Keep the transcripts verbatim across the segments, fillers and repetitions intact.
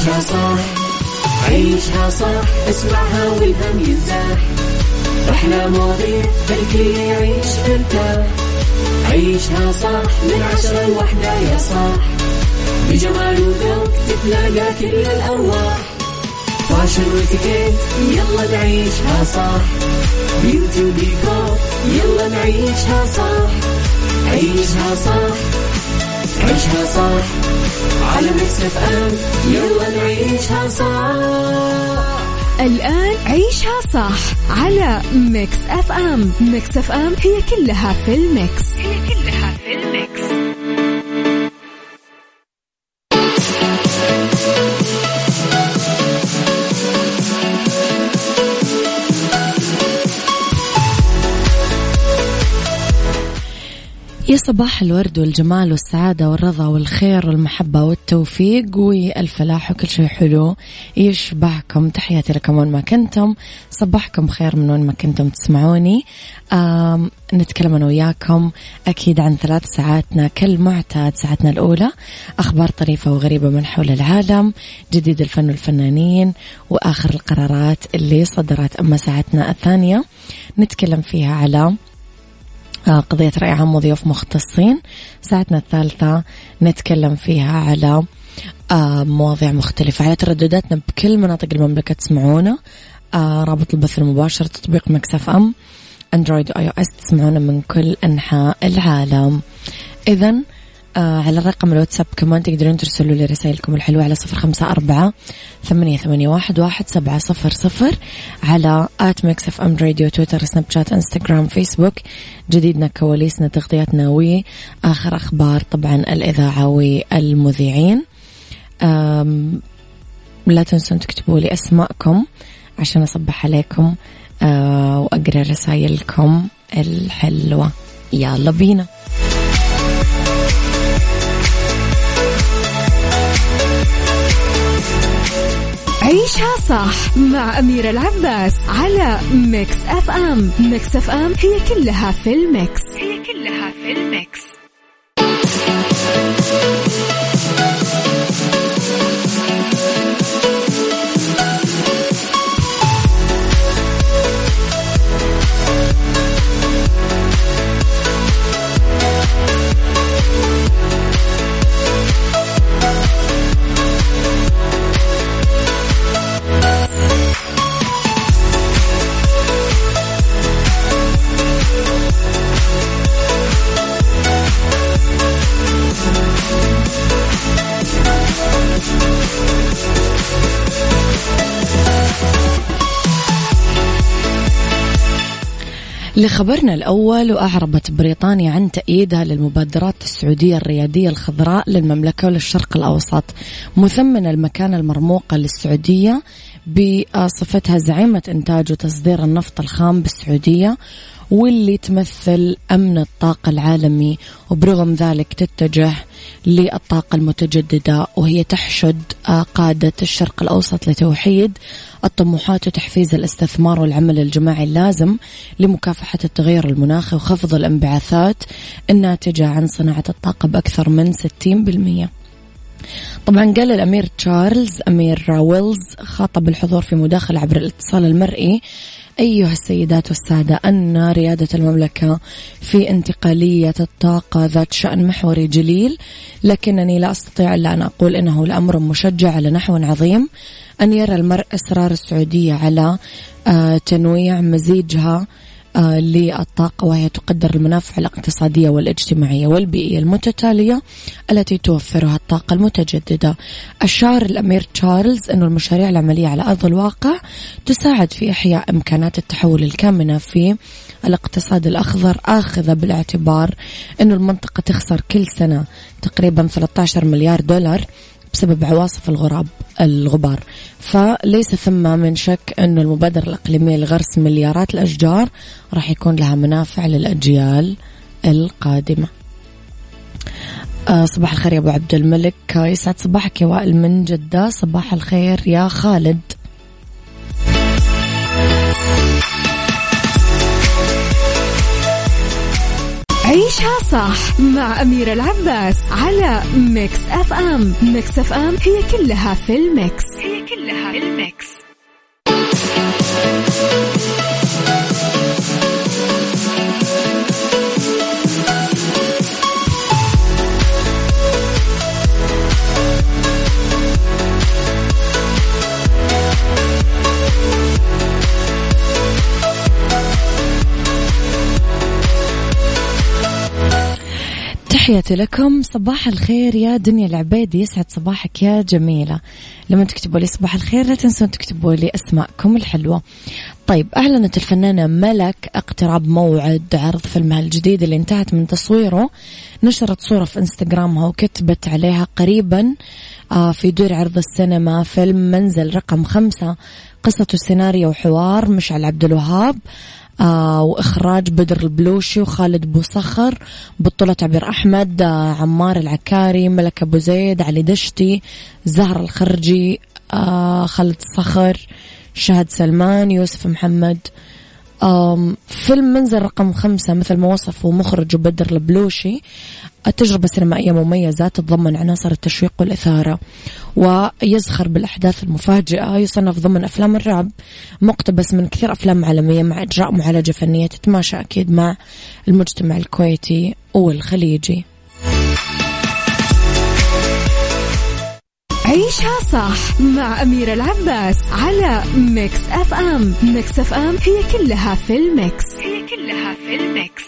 عيشها صح عيشها صح اسمعها والهم ينزاح أحلى مواضيع الكل يعيش مرتاح عيشها صح من عشرة لوحدة يا صاح بجمال وذوق تتلاقى كل الأرواح فاشل واتيكيت يلا نعيشها صح بيوتي وديكور يلا نعيشها صح عيشها صح عيشها صح على ميكس اف ام يلا نعيشها صح. الآن عيشها صح على ميكس اف ام. ميكس اف ام هي كلها في الميكس هي كلها في الميكس. يا صباح الورد والجمال والسعادة والرضا والخير والمحبة والتوفيق والفلاح وكل شيء حلو يشبهكم. تحياتي لكم وين ما كنتم، صباحكم خير من وين ما كنتم تسمعوني. نتكلم أنا وياكم أكيد عن ثلاث ساعاتنا كالمعتاد. ساعتنا الأولى أخبار طريفة وغريبة من حول العالم، جديد الفن والفنانين، وآخر القرارات اللي صدرت. أما ساعتنا الثانية نتكلم فيها على قضية رأي عام وضيوف مختصين. ساعتنا الثالثة نتكلم فيها على مواضيع مختلفة، على تردداتنا بكل مناطق المملكة تسمعونا. رابط البث المباشر تطبيق ميكس اف ام اندرويد واي او اس، تسمعونا من كل أنحاء العالم. إذن آه على الرقم الواتساب كمان تقدرون ترسلوا لي رسائلكم الحلوة على صفر خمسة أربعة ثمانية ثمانية واحد واحد سبعة صفر صفر على آت ميكس اف ام راديو، تويتر، سناب شات، انستغرام، فيسبوك. جديدنا، كواليسنا، تغطياتنا وآخر أخبار طبعا الإذاعة والمذيعين. لا تنسون تكتبوا لي أسماءكم عشان أصبح عليكم آه وأقرأ رسائلكم الحلوة. يلا بينا. عيشها صح مع أميرة العباس على ميكس اف ام. ميكس اف ام هي كلها في الميكس هي كلها في الميكس. لخبرنا الأول، وأعربت بريطانيا عن تأييدها للمبادرات السعودية الريادية الخضراء للمملكة وللشرق الأوسط، مثمنة المكانة المرموقة للسعودية بصفتها زعيمة إنتاج وتصدير النفط الخام بالسعودية، واللي تمثل أمن الطاقة العالمي. وبرغم ذلك تتجه للطاقة المتجددة، وهي تحشد قادة الشرق الأوسط لتوحيد الطموحات وتحفيز الاستثمار والعمل الجماعي اللازم لمكافحة التغير المناخي وخفض الانبعاثات الناتجة عن صناعة الطاقة بأكثر من ستين بالمئة. طبعا قال الأمير تشارلز أمير ويلز خاطب الحضور في مداخلة عبر الاتصال المرئي: أيها السيدات والسادة، أن ريادة المملكة في انتقالية الطاقة ذات شأن محوري جليل، لكنني لا أستطيع إلا أن أقول إنه الأمر مشجع على نحو عظيم أن يرى المرء إصرار السعودية على تنويع مزيجها للطاقة، وهي تقدر المنافع الاقتصادية والاجتماعية والبيئية المتتالية التي توفرها الطاقة المتجددة. أشار الأمير تشارلز أن المشاريع العملية على أرض الواقع تساعد في إحياء إمكانات التحول الكامنة في الاقتصاد الأخضر، آخذة بالاعتبار أن المنطقة تخسر كل سنة تقريبا ثلاثة عشر مليار دولار بسبب عواصف الغراب الغبار. فليس ثم من شك أن المبادرة الإقليمية لغرس مليارات الأشجار راح يكون لها منافع للأجيال القادمة. صباح الخير يا أبو عبد الملك، يسعد صباحك يا وائل من جدة. صباح الخير يا خالد. عيش عيشها صح مع أميرة العباس على ميكس أف أم. ميكس أف أم هي كلها في الميكس، هي كلها في الميكس. تحياتي لكم، صباح الخير يا دنيا العبيدي، يسعد صباحك يا جميلة. لما تكتبوا لي صباح الخير لا تنسون تكتبوا لي أسماءكم الحلوة. طيب، أعلنت الفنانة ملك اقتراب موعد عرض فيلمها الجديد اللي انتهت من تصويره. نشرت صورة في انستغرامها وكتبت عليها قريبا في دور عرض السينما فيلم منزل رقم خمسة، قصة السيناريو وحوار مشعل عبد الوهاب آه وإخراج بدر البلوشي وخالد بوصخر، بطولة عبير أحمد، آه عمار العكاري، ملك أبو زيد، علي دشتي، زهر الخرجي، آه خالد الصخر، شهد سلمان، يوسف محمد. فيلم منزل رقم خمسة مثل ما وصفه مخرج بدر البلوشي التجربة سينمائية مميزة تتضمن عناصر التشويق والإثارة ويزخر بالأحداث المفاجئة. يصنف ضمن أفلام الرعب، مقتبس من كثير أفلام عالمية مع إجراء معالجة فنية تتماشى أكيد مع المجتمع الكويتي والخليجي. عيشها صح مع أميرة العباس على ميكس أف أم. ميكس أف أم هي كلها في الميكس، هي كلها في الميكس.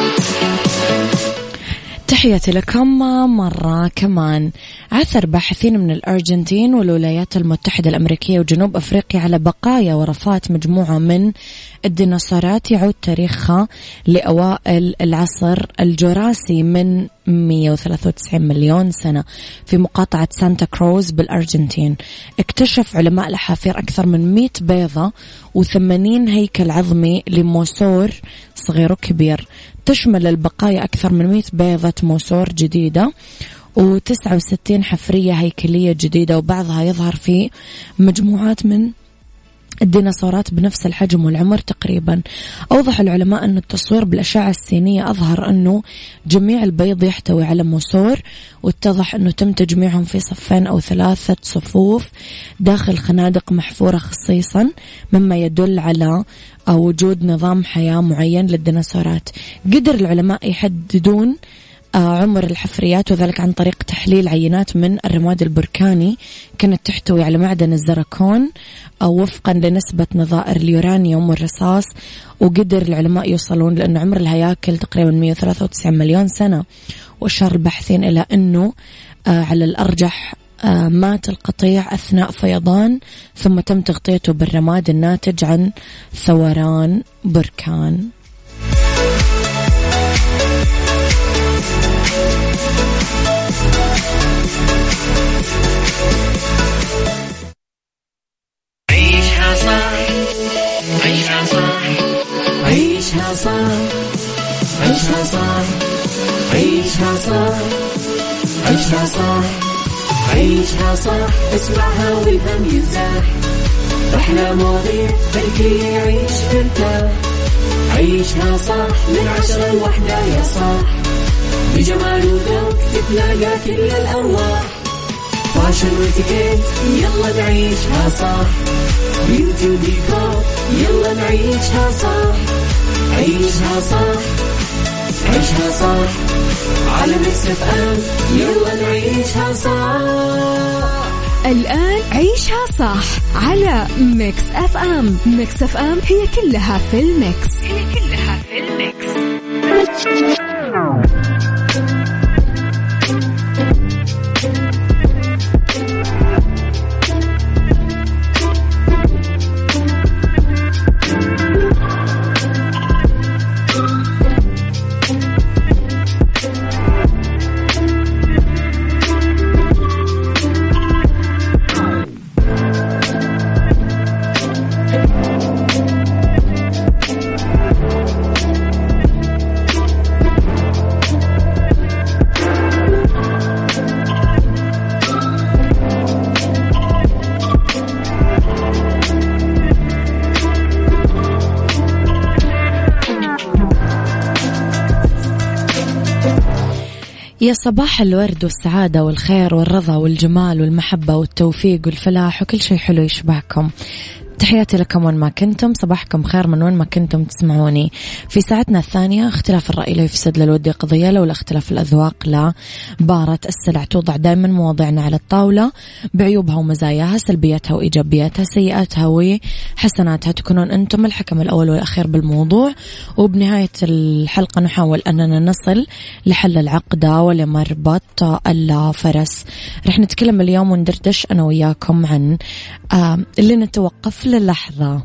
تحياتي لكم مرة كمان. عثر باحثين من الأرجنتين والولايات المتحدة الأمريكية وجنوب أفريقيا على بقايا ورفات مجموعة من الديناصورات يعود تاريخها لأوائل العصر الجراسي من مئة وثلاثة وتسعين مليون سنة في مقاطعة سانتا كروز بالأرجنتين. اكتشف علماء الأحافير أكثر من مئة بيضة وثمانين هيكل عظمي لموسور صغير وكبير. تشمل البقايا أكثر من مئة بيضة موسور جديدة وتسعة وستين حفرية هيكلية جديدة، وبعضها يظهر في مجموعات من الديناصورات بنفس الحجم والعمر تقريبا. أوضح العلماء أن التصوير بالأشعة السينية أظهر أنه جميع البيض يحتوي على موسور، واتضح أنه تم تجميعهم في صفين أو ثلاثة صفوف داخل خنادق محفورة خصيصا، مما يدل على وجود نظام حياة معين للديناصورات. قدر العلماء يحددون عمر الحفريات وذلك عن طريق تحليل عينات من الرماد البركاني كانت تحتوي على معدن الزركون أو وفقا لنسبة نظائر اليورانيوم والرصاص. وقدر العلماء يوصلون لأن عمر الهياكل تقريبا مئة وثلاثة وتسعين مليون سنة. وأشار الباحثين إلى أنه على الأرجح مات القطيع أثناء فيضان ثم تم تغطيته بالرماد الناتج عن ثوران بركان. عيشها صح، عيشها صح، عيشها صح، عيشها صح، عيشها صح، عيشها صح، عيشها صح، اسمعها والهم ينزاح، أحلى مواضيع الكل يعيش مرتاح. عيشها صح من عشرة لوحدة يا صاح، بجمال وذوق تتلاقى كل الأرواح، فاشل واتيكيت يلا نعيشها صح، بيوتي وديكور يلا نعيشها صح. عيشها صح، عيشها صح، على ميكس أف أم يلا نعيشها صح. الآن عيشها صح على ميكس أف أم. ميكس أف أم هي كلها في الميكس، هي كلها في الميكس. يا صباح الورد والسعادة والخير والرضا والجمال والمحبة والتوفيق والفلاح وكل شيء حلو يشبهكم. تحياتي لكم وين ما كنتم، صباحكم خير من وين ما كنتم تسمعوني. في ساعتنا الثانية اختلاف الرأي لا يفسد للود قضية، لولا اختلاف الأذواق لا بارة السلع. توضع دائما مواضيعنا على الطاولة بعيوبها ومزاياها، سلبياتها وإيجابياتها، سيئاتها وحسناتها. تكونون أنتم الحكم الأول والأخير بالموضوع، وبنهاية الحلقة نحاول أننا نصل لحل العقدة ولمربط الفرس. رح نتكلم اليوم وندردش أنا وياكم عن آه اللي نتوقف للحظة.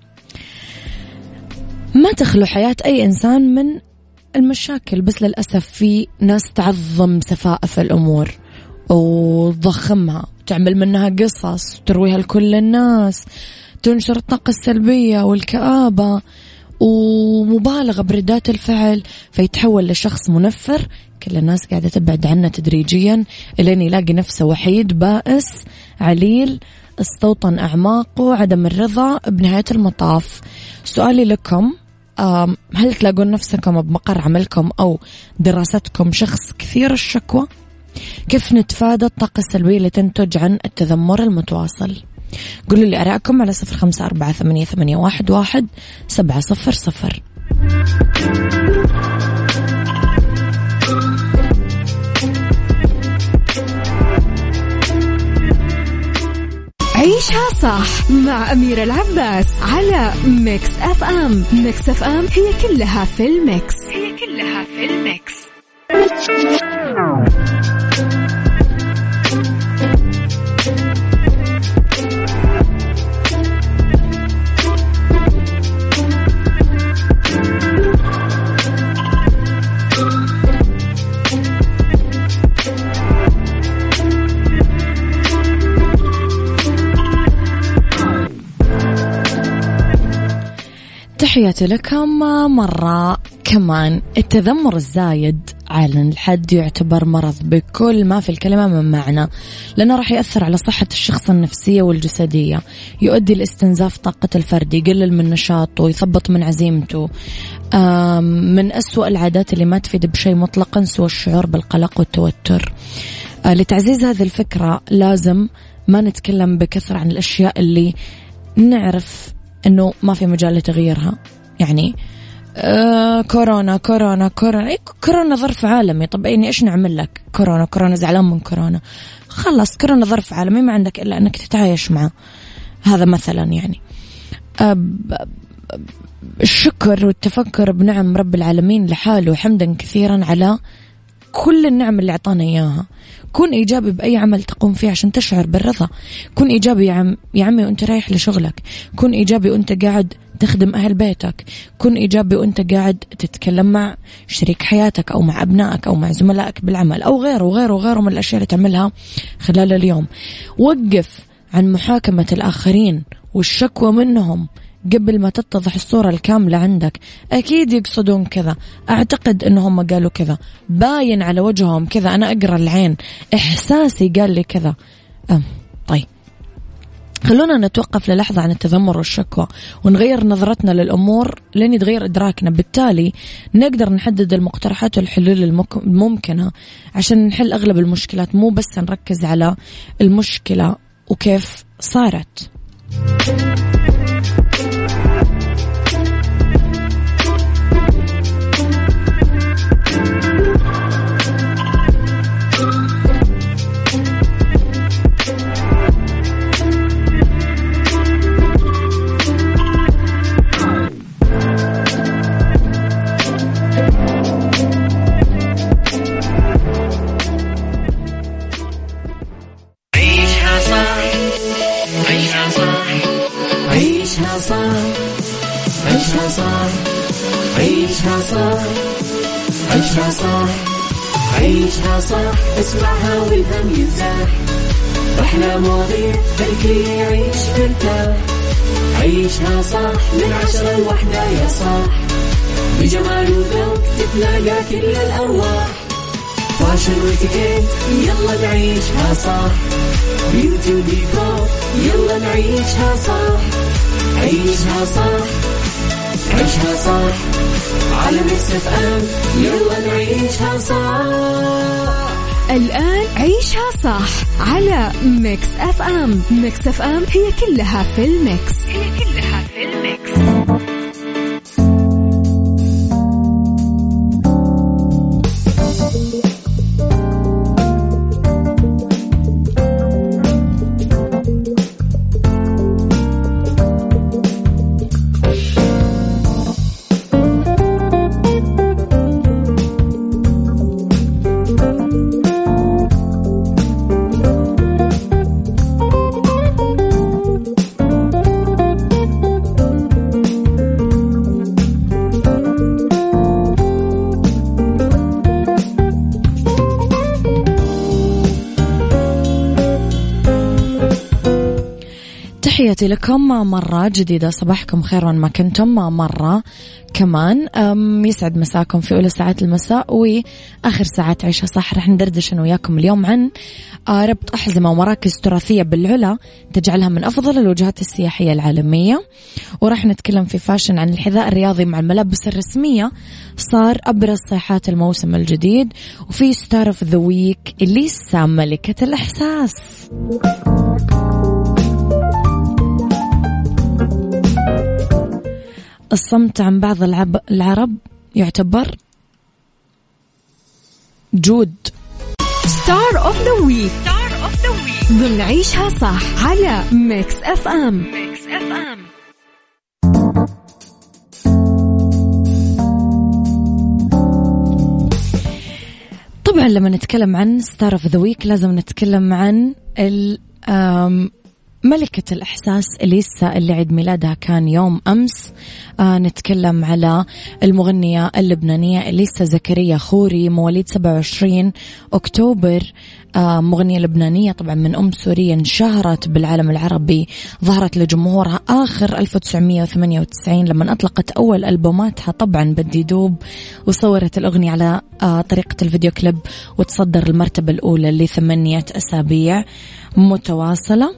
ما تخلو حياة أي إنسان من المشاكل، بس للأسف في ناس تعظم سفائف الأمور وتضخمها، تعمل منها قصص وترويها لكل الناس، تنشر الطاقة السلبية والكآبة ومبالغة بردات الفعل، فيتحول لشخص منفر. كل الناس قاعدة تبعد عنه تدريجيا إلين يلاقي نفسه وحيد بائس عليل استوطن أعماقه، عدم الرضا بنهاية المطاف. سؤالي لكم، هل تلاقون نفسكم بمقر عملكم أو دراستكم شخص كثير الشكوى؟ كيف نتفادى الطاقة السلبية اللي تنتج عن التذمر المتواصل؟ قولوا لي أراءكم على صفر خمسة أربعة ثمانية ثمانية واحد واحد سبعة صفر صفر. عيشها صح مع أميرة العباس على ميكس أف أم. ميكس أف أم هي كلها في الميكس، هي كلها في الميكس. تحياتي لكم مرة كمان. التذمر الزايد على الحد يعتبر مرض بكل ما في الكلمة من معنى، لأنه راح يأثر على صحة الشخص النفسية والجسدية، يؤدي لاستنزاف طاقة الفرد، يقلل من نشاطه، يثبط من عزيمته. من أسوأ العادات اللي ما تفيد بشيء مطلقا سوى الشعور بالقلق والتوتر. لتعزيز هذه الفكرة لازم ما نتكلم بكثرة عن الأشياء اللي نعرف إنه ما في مجال لتغييرها. يعني آه كورونا كورونا كورونا إيه كورونا ظرف عالمي. طب إني إيش نعمل لك؟ كورونا كورونا زعلان من كورونا، خلص كورونا ظرف عالمي، ما عندك إلا أنك تتعايش معه. هذا مثلا يعني آه الشكر والتفكر بنعم رب العالمين لحاله حمدا كثيرا على كل النعم اللي أعطانا إياها. كن إيجابي بأي عمل تقوم فيه عشان تشعر بالرضا. كن إيجابي يا عم يا عمي وأنت رايح لشغلك، كن إيجابي وأنت قاعد تخدم أهل بيتك، كن إيجابي وأنت قاعد تتكلم مع شريك حياتك أو مع أبنائك أو مع زملائك بالعمل أو غيره وغيره وغيره من الأشياء اللي تعملها خلال اليوم. وقف عن محاكمة الآخرين والشكوى منهم قبل ما تتضح الصورة الكاملة عندك. أكيد يقصدون كذا، أعتقد أنهم قالوا كذا، باين على وجههم كذا، أنا أقرأ العين، إحساسي قال لي كذا. أم طيب خلونا نتوقف للحظة عن التذمر والشكوى ونغير نظرتنا للأمور لين يتغير إدراكنا. بالتالي نقدر نحدد المقترحات والحلول الممكنة عشان نحل أغلب المشكلات، مو بس نركز على المشكلة وكيف صارت. عيشها صح عيشها صح عيشها صح عيشها صح عيشها صح اسمعها والهم ينزاح، أحلى مواضيع الكل يعيش مرتاح. عيشها صح من عشرة لوحدة يا صاح، بجمال وذوق تتلاقى كل الأرواح. فاشل واتيكيت يلا نعيشها صح، بيوتي وديكور يلا نعيشها صح. عيشها صح عيشها صح على ميكس اف ام، يلا نعيشها صح. الآن عيشها صح على ميكس اف ام. ميكس اف ام هي كلها في الميكس، هي كلها في الميكس. تحياتي لكم مرة جديدة، صباحكم خير وين ما كنتم مرة كمان. يسعد مساكم في أولى ساعات المساء وآخر ساعات عيشها صح. رح ندردش أنا وياكم اليوم عن ربط أحزمة ومراكز تراثية بالعلا تجعلها من أفضل الوجهات السياحية العالمية، ورح نتكلم في فاشن عن الحذاء الرياضي مع الملابس الرسمية صار أبرز صيحات الموسم الجديد، وفي ستار اوف ذا ويك إليسا ملكة الإحساس. الصمت عن بعض العب... العرب يعتبر جود. ستار اوف ذا ويك ضمن عيشها صح على ميكس اف ام. ميكس اف ام. طبعا لما نتكلم عن ستار اوف ذا ويك لازم نتكلم عن ال أم... ملكة الإحساس إليسا اللي عيد ميلادها كان يوم أمس. آه نتكلم على المغنية اللبنانية إليسا زكريا خوري، مواليد سبعة وعشرين أكتوبر. آه مغنية لبنانية طبعا من أم سورية، انشهرت بالعالم العربي، ظهرت لجمهورها آخر ألف وتسعمية وثمانية وتسعين لما أطلقت أول ألبوماتها طبعا بدي دوب، وصورت الأغنية على آه طريقة الفيديو كليب، وتصدر المرتبة الأولى لثمانية أسابيع متواصلة.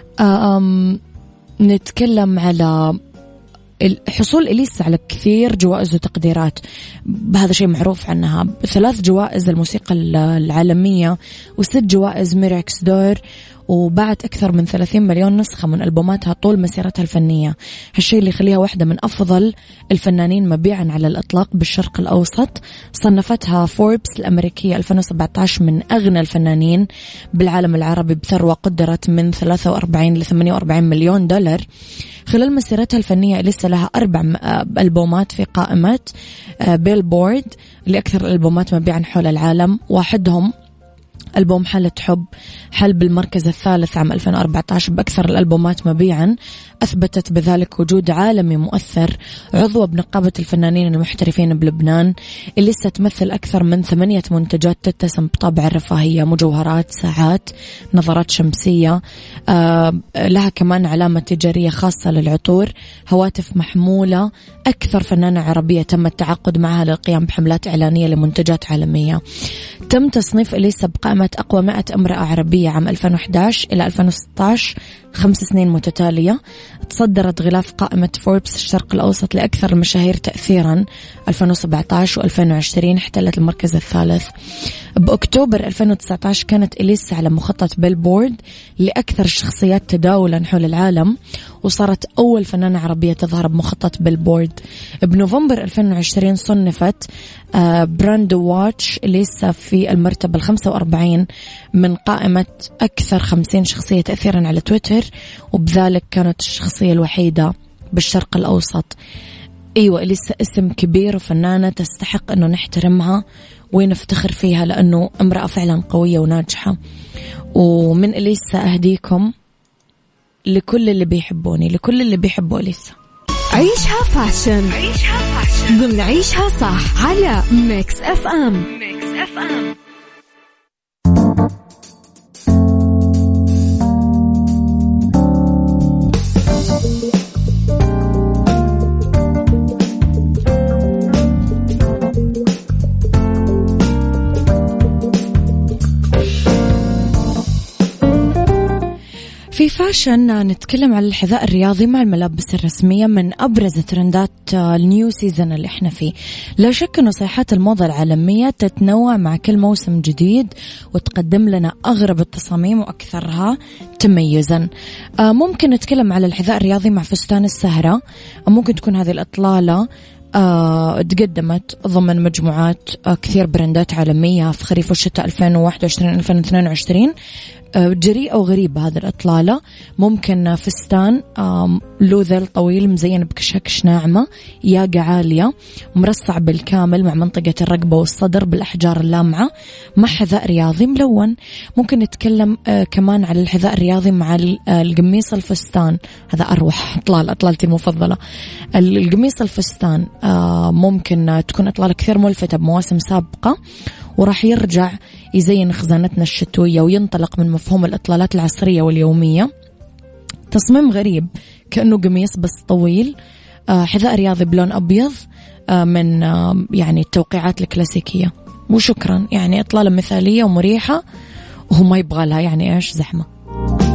أم نتكلم على حصول إليسا على كثير جوائز وتقديرات، بهذا شيء معروف عنها، ثلاث جوائز الموسيقى العالمية وست جوائز ميركس دور، وباعت أكثر من ثلاثين مليون نسخة من ألبوماتها طول مسيرتها الفنية. هالشيء اللي يخليها واحدة من أفضل الفنانين مبيعا على الإطلاق بالشرق الأوسط. صنفتها فوربس الأمريكية ألفين وسبعة عشر من أغنى الفنانين بالعالم العربي بثروة قدرت من ثلاثة وأربعين لثمانية وأربعين مليون دولار. خلال مسيرتها الفنية لسه لها أربع ألبومات في قائمة بيلبورد لأكثر الألبومات مبيعا حول العالم، واحدهم ألبوم حالة حب حل بالمركز الثالث عام ألفين وأربعة عشر بأكثر الألبومات مبيعا، أثبتت بذلك وجود عالمي مؤثر. عضوة بنقابة الفنانين المحترفين بلبنان، اللي لسه تمثل أكثر من ثمانية منتجات تتسم بطابع الرفاهية، مجوهرات، ساعات، نظارات شمسية. آه لها كمان علامة تجارية خاصة للعطور، هواتف محمولة. أكثر فنانة عربية تم التعاقد معها للقيام بحملات إعلانية لمنتجات عالمية. تم تصنيف إليسا بقائمة أقوى مئة امرأة عربية عام ألفين وأحد عشر إلى ألفين وستة عشر، خمس سنين متتالية. تصدرت غلاف قائمة فوربس الشرق الأوسط لأكثر المشاهير تأثيرا ألفين وسبعة عشر وألفين وعشرين، احتلت المركز الثالث. بأكتوبر ألفين وتسعة عشر كانت إليسا على مخطط بيلبورد لأكثر الشخصيات تداولا حول العالم، وصارت أول فنانة عربية تظهر بمخطط بيلبورد. بنوفمبر ألفين وعشرين صنفت براندو واتش إليسا في المرتبة الخمسة وأربعين من قائمة أكثر خمسين شخصية تأثيرا على تويتر، وبذلك كانت الشخصية الوحيدة بالشرق الأوسط. أيوة إليسا اسم كبير وفنانة تستحق أنه نحترمها ونفتخر فيها، لأنه امرأة فعلا قوية وناجحة. ومن إليسا أهديكم لكل اللي بيحبوني، لكل اللي بيحبوا إليسا. عيشها فاشن، عيشها فاشن ضمن عيشها صح على ميكس اف ام. ميكس اف ام. في بالفاشن نتكلم على الحذاء الرياضي مع الملابس الرسمية من أبرز ترندات النيو سيزن اللي احنا فيه. لا شك أنه صيحات الموضة العالمية تتنوع مع كل موسم جديد وتقدم لنا أغرب التصاميم وأكثرها تميزا. ممكن نتكلم على الحذاء الرياضي مع فستان السهرة. ممكن تكون هذه الإطلالة آه، تقدمت ضمن مجموعات آه، كثير براندات عالمية في خريف والشتاء ألفين وواحد وعشرين ألفين واثنين وعشرين. آه، جريئة وغريبة هذه الإطلالة. ممكن فستان آه، له ذيل طويل مزين بكشكش ناعمة، ياقة عالية، مرصع بالكامل مع منطقة الرقبة والصدر بالأحجار اللامعة، مع حذاء رياضي ملون. ممكن نتكلم آه، كمان على الحذاء الرياضي مع القميص الفستان. هذا أروح إطلالة، إطلالتي المفضلة القميص الفستان. آه، ممكن تكون إطلالة كثير ملفتة بمواسم سابقة، وراح يرجع يزين خزانتنا الشتوية وينطلق من مفهوم الإطلالات العصرية واليومية. تصميم غريب كأنه قميص بس طويل. آه، حذاء رياضي بلون أبيض آه، من آه، يعني التوقيعات الكلاسيكية. وشكرا، يعني إطلالة مثالية ومريحة وما يبغى لها يعني إيش زحمة.